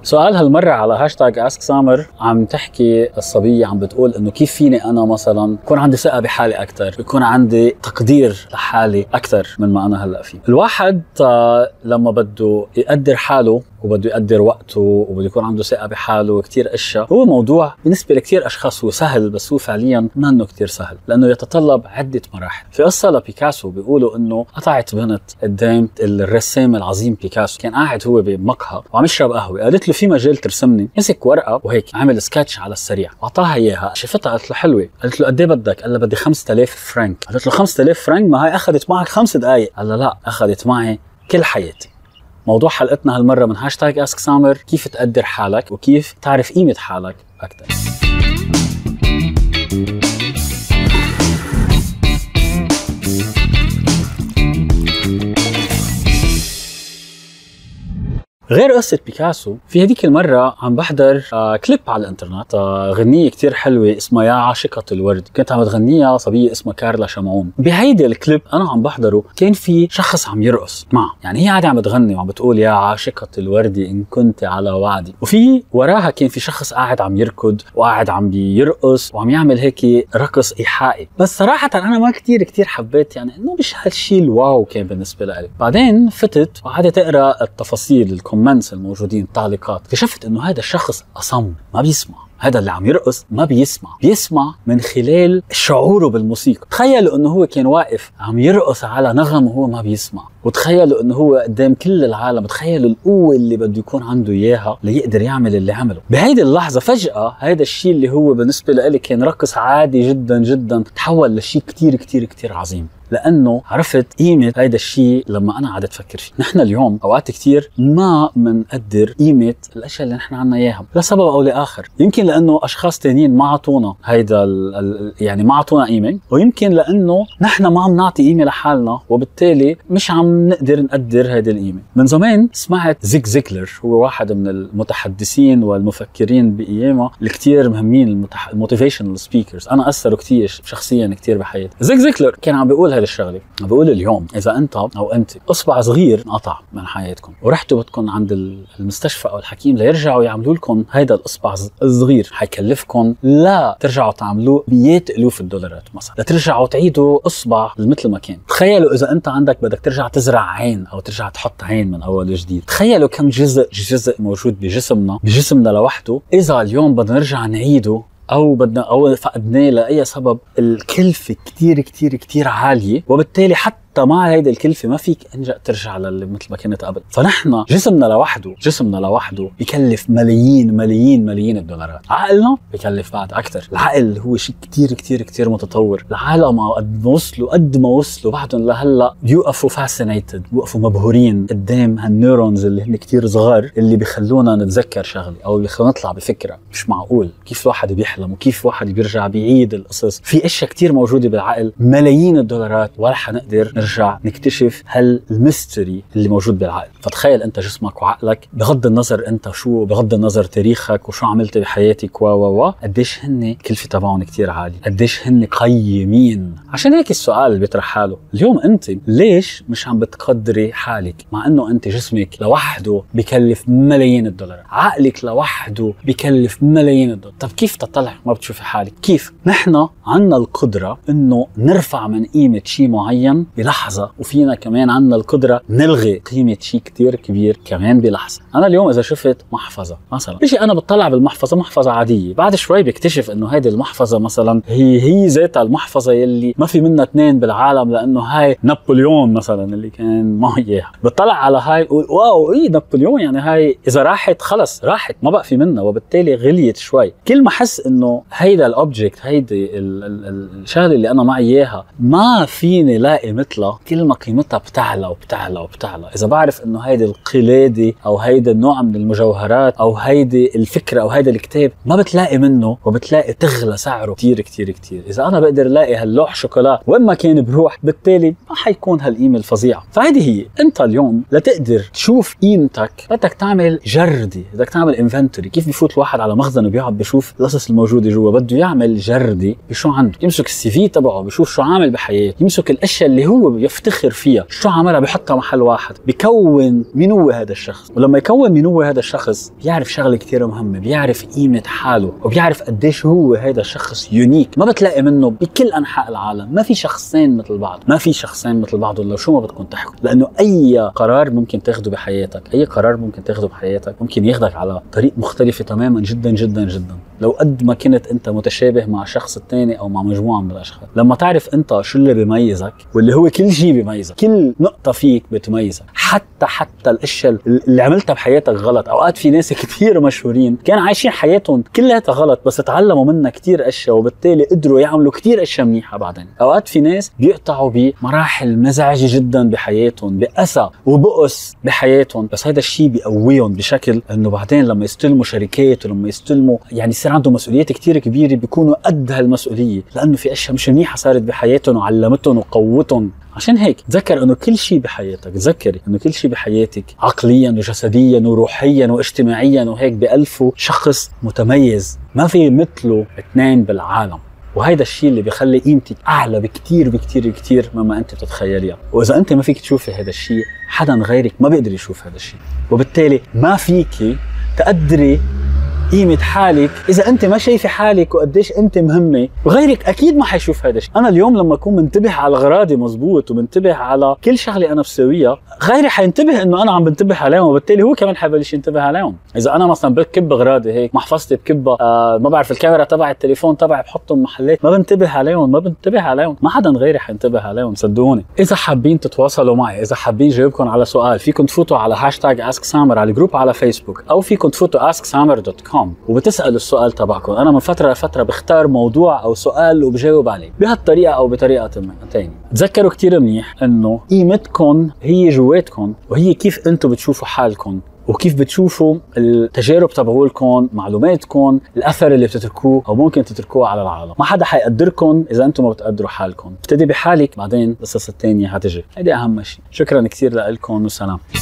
سؤال هالمرة على هاشتاج اسك سامر. عم تحكي الصبية عم بتقول انه كيف فيني انا مثلا يكون عندي ثقة بحالي اكثر، يكون عندي تقدير لحالي اكثر من ما انا هلا فيه. الواحد لما بده يقدر حاله وبده يقدر وقته وبده يكون عنده ثقة بحاله وكتير اشياء، هو موضوع بالنسبة لكتير اشخاص هو سهل، بس هو فعليا ما انه كتير سهل لانه يتطلب عدة مراحل. في قصة لبيكاسو بيقولوا انه قطعت بنت قدام الرسام العظيم بيكاسو، كان قاعد هو بمقهى وعم يشرب قهوة، قالت له في مجال ترسمني؟ مسك ورقة وهيك عمل سكتش على السريع واعطاها اياها، شفتها قالت له حلوة، قالت له قد ايه بدك؟ قال لها بدي 5000 فرنك. قالت له 5000 فرنك؟ ما هي اخذت معك 5 دقائق. قال لها لا، اخذت معي كل حياتي. موضوع حلقتنا هالمرة من هاشتاج اسك سامر، كيف تقدر حالك وكيف تعرف قيمة حالك أكتر. غير قصة بيكاسو، في هديك المرة عم بحضر كليب على الانترنت، غنية كتير حلوة اسمها يا عاشقة الورد، كنت عم تغنيها صبية اسمها كارلا شمعون. بهيدي الكليب أنا عم بحضره كان في شخص عم يرقص معه، يعني هي قاعدة عم تغني وعم بتقول يا عاشقة الورد إن كنت على وعدي، وفي وراها كان في شخص قاعد عم يركض وقاعد عم بيرقص وعم يعمل هيك رقص إيحائي. بس صراحة أنا ما كتير حبيت، يعني إنه مش هالشي الواو كان بالنسبة لي. بعدين فتت وقعدت أقرأ التفاصيل، الكومنتس الموجودين، التعليقات، اكتشفت انه هذا الشخص اصم، ما بيسمع. هذا اللي عم يرقص ما بيسمع من خلال شعوره بالموسيقى. تخيلوا انه هو كان واقف عم يرقص على نغم وهو ما بيسمع، وتخيلوا انه هو قدام كل العالم، تخيلوا القوة اللي بده يكون عنده اياها ليقدر يعمل اللي عمله. بهيدي اللحظة فجأة هذا الشيء اللي هو بالنسبة لي كان رقص عادي جدا تحول لشيء كتير عظيم، لأنه عرفت قيمة هيدا الشيء لما أنا قعدت أفكر فيه. نحن اليوم أوقات كتير ما منقدر قيمة الأشياء اللي نحن عنا إياها لسبب أو لآخر. يمكن لأنه أشخاص تانيين ما عطونا هيدا يعني ما عطونا قيمة، ويمكن لأنه نحن ما عم نعطي قيمة لحالنا وبالتالي مش عم نقدر نقدر هيدا القيمة. من زمان سمعت زيك زيكلر، هو واحد من المتحدثين والمفكرين بأيامه الكتير مهمين، الموتيفيشنال سبيكرز. أنا أثروا كتير شخصيا كتير بحياتي. زيك زيكلر كان عم بيقول الشغله، بقول اليوم اذا انت او انت اصبع صغير انقطع من حياتكم ورحتوا بدكم عند المستشفى او الحكيم ليرجعوا يعملوا لكم هيدا الاصبع الصغير، حيكلفكم لا ترجعوا تعملوه مئات الوف الدولارات مثلا لترجعوا تعيدوا اصبع مثل ما كان. تخيلوا اذا انت عندك بدك ترجع تزرع عين او ترجع تحط عين من اول وجديد. تخيلوا كم جزء موجود بجسمنا لوحده اذا اليوم بدنا نرجع نعيده او فقدناه لاي سبب. الكلفه كتير عاليه، وبالتالي حتى مع هيدا الكلفة ما فيك انجا ترجع مثل ما كانت قبل. فنحن جسمنا لوحده بيكلف ملايين الدولارات. عقلنا بيكلف بعد اكثر. العقل هو شيء كتير متطور. العالم قد ما وصلوا بعدهم لهلا بيوقفوا فاسينيتد، بيوقفوا مبهورين قدام هالنيورونز اللي هن كتير صغار اللي بيخلونا نتذكر شغله او اللي بيخلونا نطلع بفكره. مش معقول كيف الواحد بيحلم وكيف الواحد بيرجع بيعيد القصص. في اشياء كتير موجوده بالعقل ملايين الدولارات ولا حنقدر نرجع نكتشف الميستري اللي موجود بالعقل. فتخيل انت جسمك وعقلك، بغض النظر انت شو، بغض النظر تاريخك وشو عملت بحياتك قديش هن كلفة تبعهم كتير عالي، قديش هن قيمين. عشان هيك السؤال اللي بيطرح حاله اليوم، انت ليش مش عم بتقدري حالك مع انه انت جسمك لوحده بكلف ملايين الدولارات، عقلك لوحده بكلف ملايين الدولارات؟ طب كيف تطلع ما بتشوفي حالك؟ كيف نحن عنا القدرة انه نرفع من قيمة شيء معين بلحظة، وفينا كمان عنا القدرة نلغي قيمة شيء كتير كبير كمان بلحظة. أنا اليوم إذا شفت محفظة مثلا، بيجي أنا بتطلع بالمحفظة محفظة عادية، بعد شوي بكتشف إنه هيدي المحفظة مثلا هي ذاتها المحفظة يلي ما في منها اثنين بالعالم، لأنه هاي نابليون مثلا اللي كان ما إياها. بتطلع على هاي قول واو إيه نابليون، يعني هاي إذا راحت خلص راحت ما بقى في منها، وبالتالي غليت شوي. كل ما أحس إنه هيدا الأوبجكت، هيدي الشغلة اللي أنا معي إياها ما فيني لاقي مثلها، كل ما قيمتها بتعلى. إذا بعرف إنه هيدي القلادة أو هيدا النوع من المجوهرات أو هيدي الفكرة أو هيدا الكتاب ما بتلاقي منه، وبتلاقي تغلى سعره كتير. إذا أنا بقدر لاقي هاللوح شوكولا وين ما كان بروح، بالتالي ما حيكون هالقيمة الفظيعة. فهيدي هي أنت اليوم لتقدر تشوف قيمتك بدك تعمل جردة، بدك تعمل انفنتوري. كيف بيفوت الواحد على مخزن وبيقعد بيشوف القصص الموجودة جوا؟ بده يعمل جردة بشو عنده، يمسك السي في تبعه، بيشوف شو عامل بحياته، يمسك الأشياء اللي هو هو يفتخر فيها، شو عملها بيحطها محل واحد، بيكون مين هو هذا الشخص. ولما يكون مين هو هذا الشخص بيعرف شغله كتير مهمه، بيعرف قيمه حاله وبيعرف قديش هو هذا الشخص يونيك، ما بتلاقي منه بكل انحاء العالم. ما في شخصين مثل بعض، ما في شخصين مثل بعض ولا شو ما بدكم تحكوا. لانه اي قرار ممكن تاخده بحياتك، اي قرار ممكن تاخده بحياتك ممكن ياخدك على طريق مختلفه تماما جدا جدا جدا. لو قد ما كنت انت متشابه مع الشخص الثاني او مع مجموعه من الاشخاص، لما تعرف انت شو اللي بيميزك واللي هو كل شيء بيميزك، كل نقطه فيك بتميزك، حتى الاشياء اللي عملتها بحياتك غلط. اوقات في ناس كتير مشهورين كانوا عايشين حياتهم كلها غلط بس تعلموا منها كتير اشياء وبالتالي قدروا يعملوا كتير اشياء منيحه بعدين. اوقات في ناس بيقطعوا بمراحل مزعجه جدا بحياتهم، بأسى وبؤس بحياتهم، بس هذا الشيء بيقويهم بشكل انه بعدين لما يستلموا شركات ولما يستلموا يعني يصير عندهم مسؤوليات كتير كبيره بيكونوا قد هالمسؤوليه، لانه في اشياء مش منيحه صارت بحياتهم وعلمتهم وقوتهم. عشان هيك تذكر انه كل شيء بحياتك، تذكري انه كل شيء بحياتك عقليا وجسديا وروحيا واجتماعيا وهيك بألفه شخص متميز ما في مثله اثنين بالعالم. وهيدا الشيء اللي بيخلي قيمتك اعلى بكتير بكتير بكتير مما انت بتتخيليها. واذا انت ما فيك تشوفي هذا الشيء، حدا غيرك ما بيقدر يشوف هذا الشيء، وبالتالي ما فيكي تقدري قيمة حالك إذا أنت ما شايفة حالك وقديش أنت مهمة. وغيرك أكيد ما حيشوف هذا الشيء. أنا اليوم لما أكون منتبه على أغراضي مزبوط ومنتبه على كل شغلة أنا بسويها، غيري حينتبه إنه أنا عم بنتبه عليهم وبالتالي هو كمان حيبلش ينتبه عليهم. إذا أنا مثلا بكب أغراضي هيك محفظتي بكبها، ما بعرف الكاميرا تبع التليفون تبعي بحطهم محلات، ما بنتبه عليهم، ما حدا غيري حينتبه عليهم صدقوني. إذا حابين تتواصلوا معي، إذا حابين جاوبكم على سؤال، فيكم تفوتوا على #AskSamer على الجروب على فيسبوك، أو فيكم تفوتوا asksamer.com وبتسألوا السؤال تبعكم. أنا من فترة لفترة بختار موضوع أو سؤال وبجاوب عليه بهالطريقة أو بطريقة تانية. تذكروا كتير منيح إنه قيمتكم هي جواتكم، وهي كيف أنتم بتشوفوا حالكم وكيف بتشوفوا التجارب تبعولكم، معلوماتكم، الأثر اللي بتتركوه أو ممكن تتركوه على العالم. ما حدا حيقدركم إذا أنتم ما بتقدروا حالكم. ابتدي بحالك بعدين القصص التانية هتجي. هيدي أهم شيء. شكرا كثير لكم وسلام.